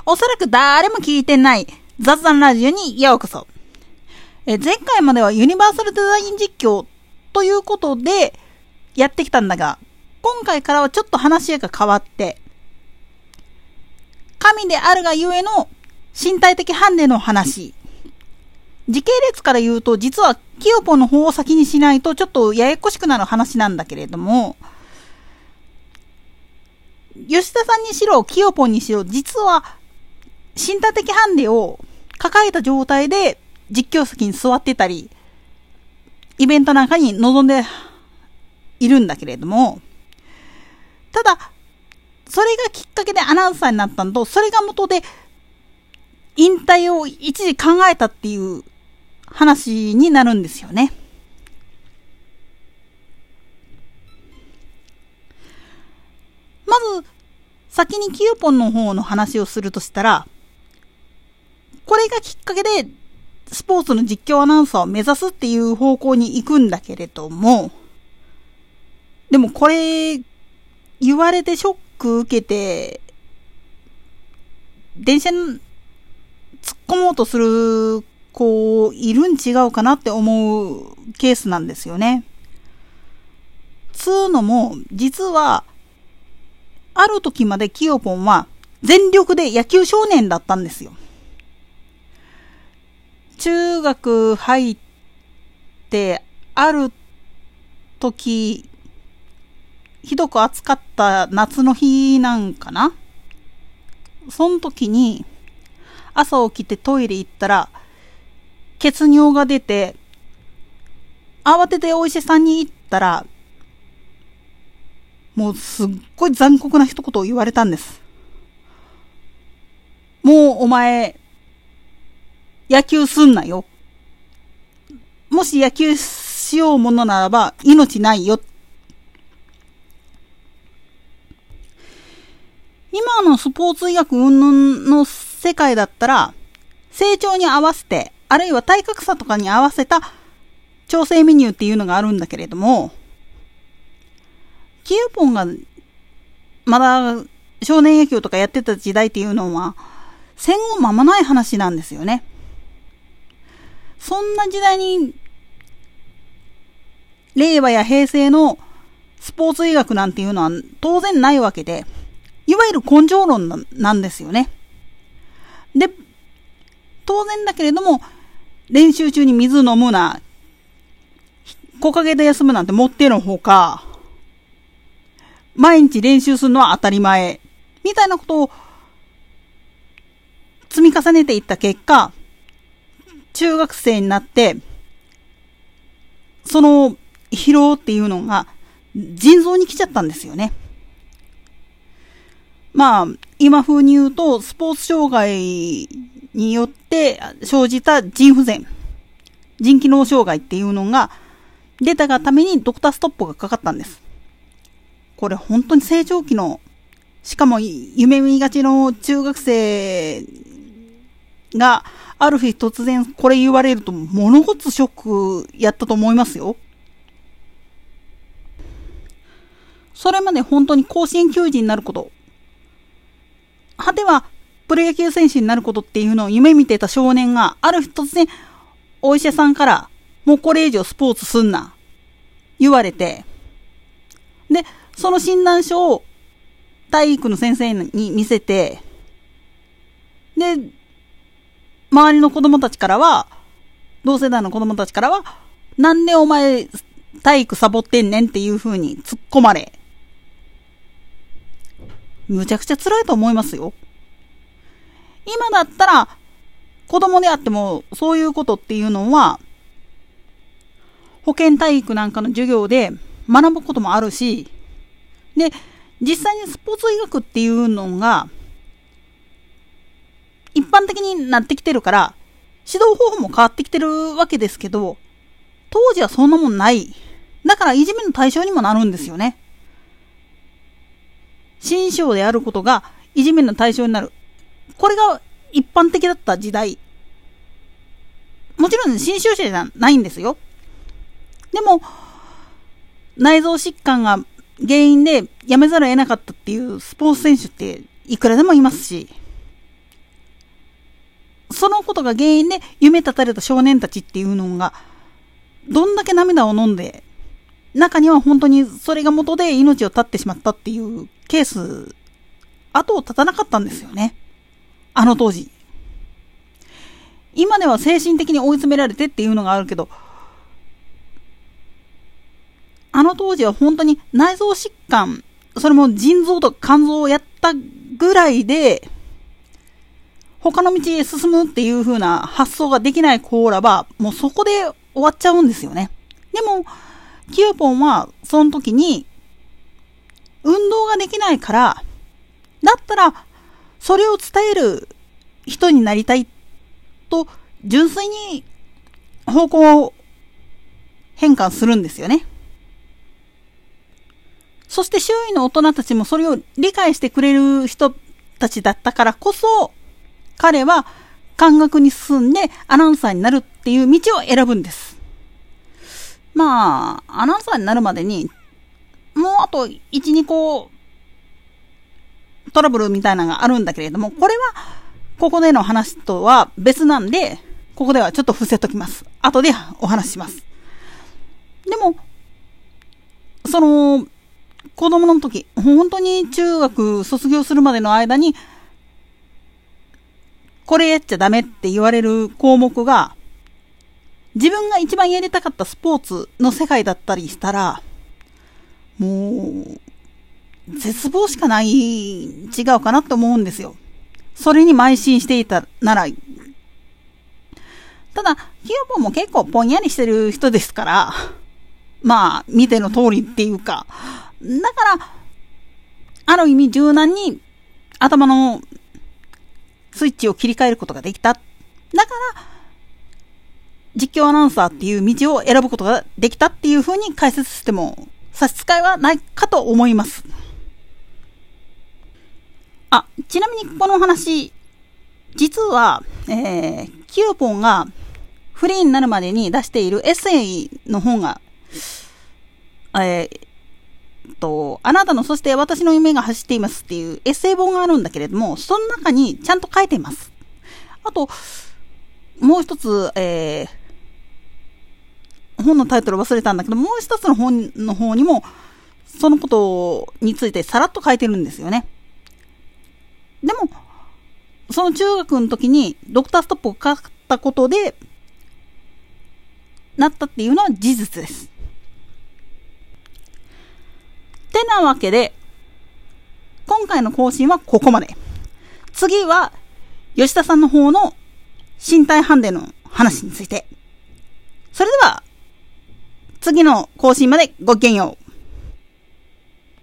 おそらく誰も聞いてない雑談ラジオにようこそ。前回まではユニバーサルデザイン実況ということでやってきたんだが、今回からはちょっと話が変わって、神であるがゆえの身体的ハンデの話。時系列から言うと、実はキヨポンの方を先にしないとちょっとややこしくなる話なんだけれども、吉田さんにしろ、キヨポンにしろ、実は身体的ハンデを抱えた状態で実況席に座ってたり、イベントなんかに臨んでいるんだけれども、ただ、それがきっかけでアナウンサーになったのと、それが元で引退を一時考えたっていう話になるんですよね。まず、先にキヨポンの方の話をするとしたら、これがきっかけでスポーツの実況アナウンサーを目指すっていう方向に行くんだけれども、でもこれ言われてショック受けて電車に突っ込もうとする子いるん違うかなって思うケースなんですよね。つうのも実はある時までキヨポンは全力で野球少年だったんですよ。中学入ってある時ひどく暑かった夏の日なんかな。その時に朝起きてトイレ行ったら血尿が出て、慌ててお医者さんに行ったらもうすっごい残酷な一言を言われたんです。もうお前野球すんなよ。もし野球しようものならば命ないよ。今のスポーツ医学云々の世界だったら成長に合わせて、あるいは体格差とかに合わせた調整メニューっていうのがあるんだけれども、キヨポンがまだ少年野球とかやってた時代っていうのは戦後間もない話なんですよね。そんな時代に令和や平成のスポーツ医学なんていうのは当然ないわけで、いわゆる根性論なんですよね。で、当然だけれども練習中に水飲むな、木陰で休むなんてもってのほか、毎日練習するのは当たり前みたいなことを積み重ねていった結果、中学生になってその疲労っていうのが腎臓に来ちゃったんですよね。まあ今風に言うとスポーツ障害によって生じた腎不全、腎機能障害っていうのが出たがためにドクターストップがかかったんです。これ本当に成長期の、しかも夢見がちの中学生がある日突然これ言われると物ごつショックやったと思いますよ。それまで本当に甲子園球児になること、果てはプロ野球選手になることっていうのを夢見てた少年がある日突然お医者さんからもうこれ以上スポーツすんな言われて、でその診断書を体育の先生に見せて、で周りの子供たちからは、同世代の子供たちからは、なんでお前体育サボってんねんっていう風に突っ込まれ、むちゃくちゃ辛いと思いますよ。今だったら子供であってもそういうことっていうのは保健体育なんかの授業で学ぶこともあるし、で実際にスポーツ医学っていうのが一般的になってきてるから指導方法も変わってきてるわけですけど、当時はそんなもんない。だからいじめの対象にもなるんですよね。心症であることがいじめの対象になる。これが一般的だった時代。もちろん心症者じゃないんですよ。でも内臓疾患が原因で辞めざるを得なかったっていうスポーツ選手っていくらでもいますし、 そのことが原因で夢立たれた少年たちっていうのが、どんだけ涙を飲んで、中には本当にそれが元で命を絶ってしまったっていうケース、後を絶たなかったんですよね。あの当時。今では精神的に追い詰められてっていうのがあるけど、あの当時は本当に内臓疾患、それも腎臓とか肝臓をやったぐらいで、他の道へ進むっていう風な発想ができないコーラは、もうそこで終わっちゃうんですよね。でも、キヨポンはその時に、運動ができないから、だったら、それを伝える人になりたいと、純粋に方向を変換するんですよね。そして周囲の大人たちもそれを理解してくれる人たちだったからこそ、彼は漢学に進んでアナウンサーになるっていう道を選ぶんです。まあ、アナウンサーになるまでに、もうあと1、2個トラブルみたいなのがあるんだけれども、これはここでの話とは別なんで、ここではちょっと伏せときます。後でお話しします。でも、その、子供の時、本当に中学卒業するまでの間に、これやっちゃダメって言われる項目が、自分が一番やりたかったスポーツの世界だったりしたら、もう、絶望しかない、違うかなと思うんですよ。それに邁進していたなら。ただ、キヨポンも結構ぽんやりしてる人ですから、まあ、見ての通りっていうか、だから、ある意味柔軟に頭のスイッチを切り替えることができた。だから、実況アナウンサーっていう道を選ぶことができたっていう風に解説しても差し支えはないかと思います。あ、ちなみにこの話、実は、キヨポンがフリーになるまでに出しているエッセイの本が、あなたのそして私の夢が走っていますっていうエッセイ本があるんだけれども、その中にちゃんと書いています。あと、もう一つ、本のタイトル忘れたんだけど、もう一つの本の方にも、そのことについてさらっと書いてるんですよね。でも、その中学の時にドクターストップを書いたことで、なったっていうのは事実です。てなわけで、今回の更新はここまで。次は、吉田さんの方の身体ハンデの話について。それでは、次の更新までごきげんよう。